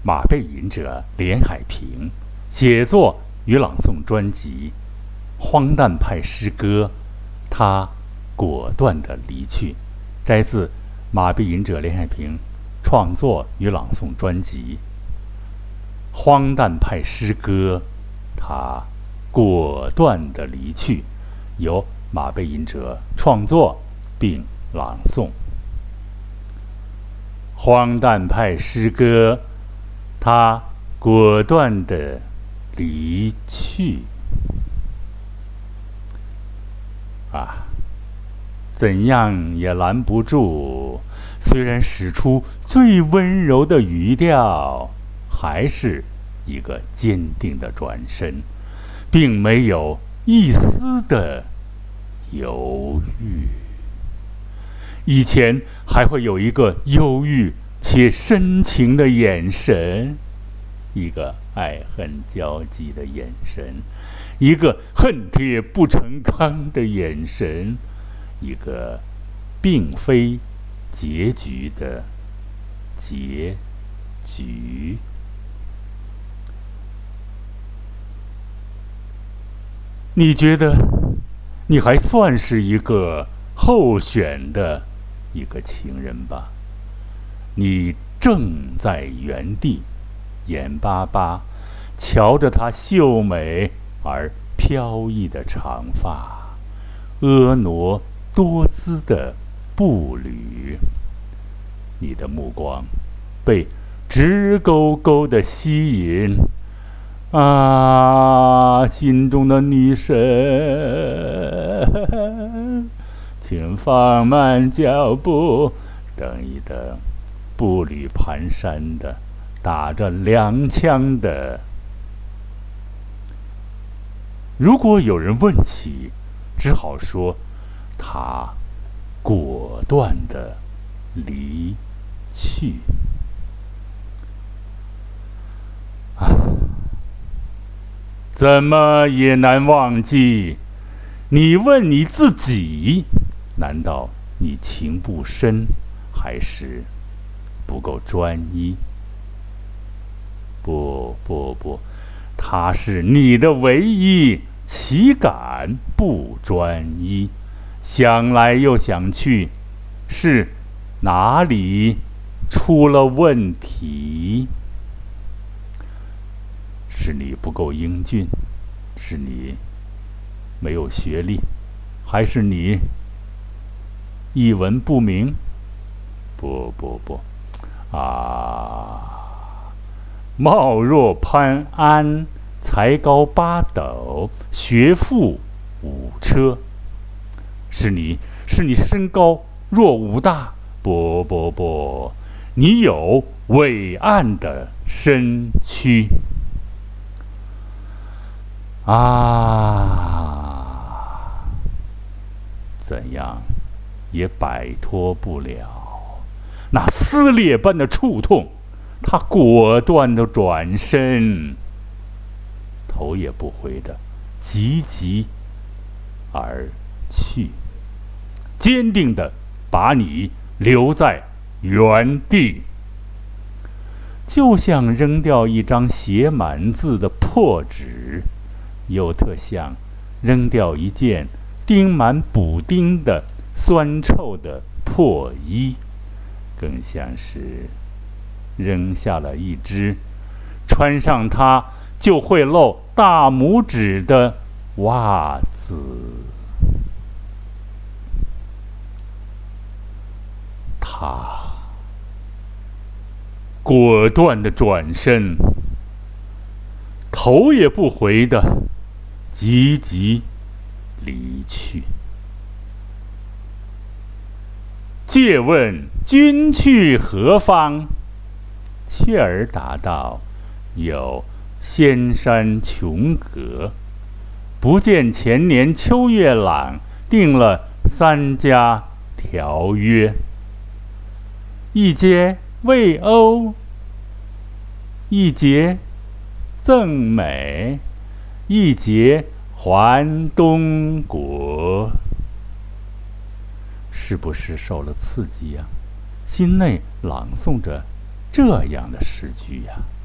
马背吟者连海平，写作与朗诵专辑《荒诞派诗歌》，他果断地离去，摘自马背吟者连海平创作与朗诵专辑《荒诞派诗歌》，他果断地离去，由马背吟者创作并朗诵。荒诞派诗歌，他果断地离去。怎样也拦不住，虽然使出最温柔的语调，还是一个坚定的转身，并没有一丝的犹豫。以前还会有一个忧郁且深情的眼神，一个爱恨交集的眼神，一个恨铁不成钢的眼神，一个并非结局的结局。你觉得你还算是一个候选的一个情人吧？你正在原地眼巴巴瞧着她秀美而飘逸的长发，婀娜多姿的步履，你的目光被直勾勾地吸引。心中的女神，请放慢脚步，等一等，步履蹒跚的，打着踉跄的。如果有人问起，只好说他果断地离去。怎么也难忘记，你问你自己，难道你情不深，还是不够专一？不，他是你的唯一，岂敢不专一？想来又想去，是哪里出了问题？是你不够英俊，是你没有学历，还是你一文不名？不，貌若潘安，才高八斗，学富五车。是你身高若武大？不，你有伟岸的身躯。怎样也摆脱不了那撕裂般的触痛。他果断地转身，头也不回地急而去，坚定地把你留在原地，就像扔掉一张写满字的破纸，又特像扔掉一件钉满补丁的酸臭的破衣，更像是扔下了一只穿上它就会露大拇指的袜子。他果断地转身，头也不回地急离去。借问君去何方？妾儿答道：有仙山琼阁。不见前年秋月朗，定了3家条约。一节魏欧，一节赠美，一节还东国。是不是受了刺激呀？心内朗诵着这样的诗句呀。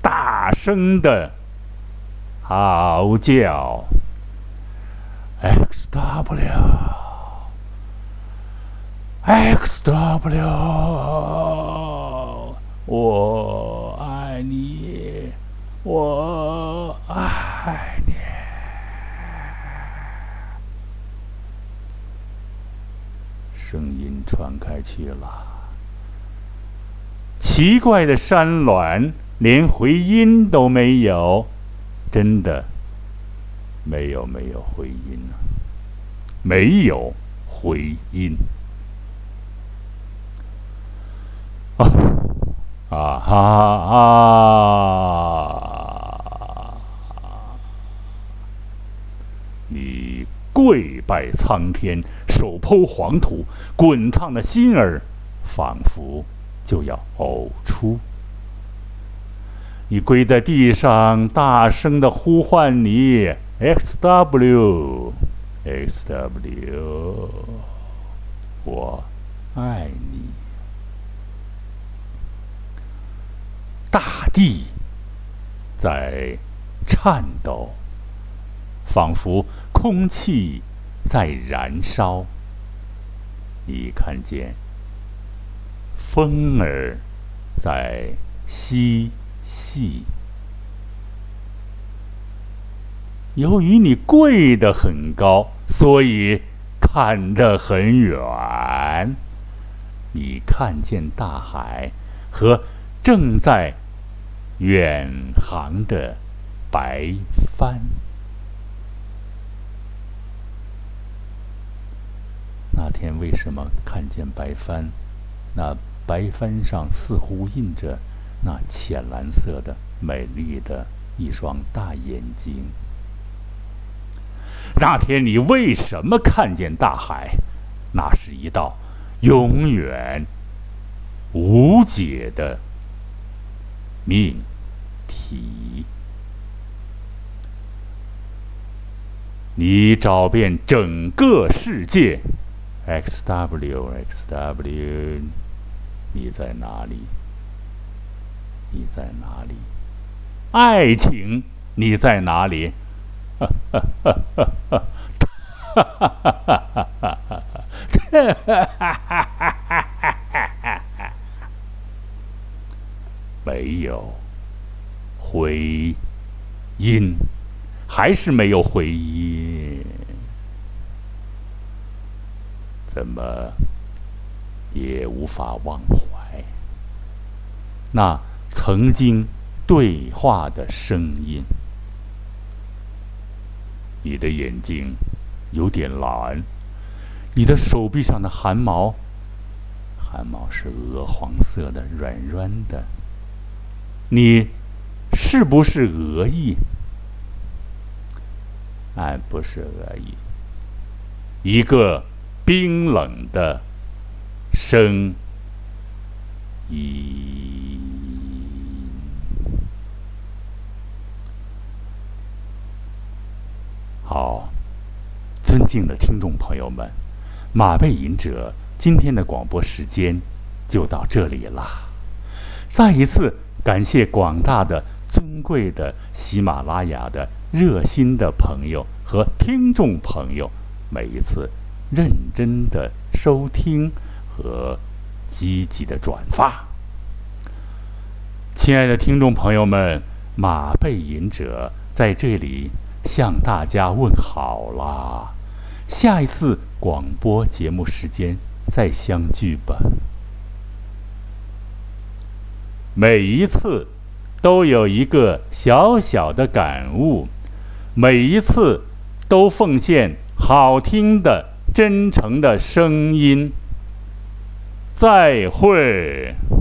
大声的嚎叫 XW， 我爱你，我爱你。声音传开去了，奇怪的山峦连回音都没有，真的没有回音啊，没有回音你跪拜苍天，手剖黄土，滚烫的心儿仿佛就要呕出。你跪在地上，大声地呼唤你 XW， 我爱你。大地在颤抖，仿佛空气在燃烧。你看见风儿在嬉戏。由于你跪得很高，所以看得很远。你看见大海和正在远航的白帆。那天为什么看见白帆？那白帆上似乎印着那浅蓝色的美丽的一双大眼睛。那天你为什么看见大海？那是一道永远无解的命题。你找遍整个世界 XW， 你在哪里？你在哪里？爱情，你在哪里？没有回音，还是没有回音，怎么也无法忘怀那曾经对话的声音。你的眼睛有点蓝，你的手臂上的汗毛是鹅黄色的，软软的。你是不是鹅翼？不是鹅翼。一个冰冷的声音。好，尊敬的听众朋友们，马背吟者今天的广播时间就到这里了。再一次感谢广大的尊贵的喜马拉雅的热心的朋友和听众朋友，每一次认真的收听和积极的转发。亲爱的听众朋友们，马背吟者在这里向大家问好啦！下一次广播节目时间再相聚吧。每一次都有一个小小的感悟，每一次都奉献好听的、真诚的声音。再会。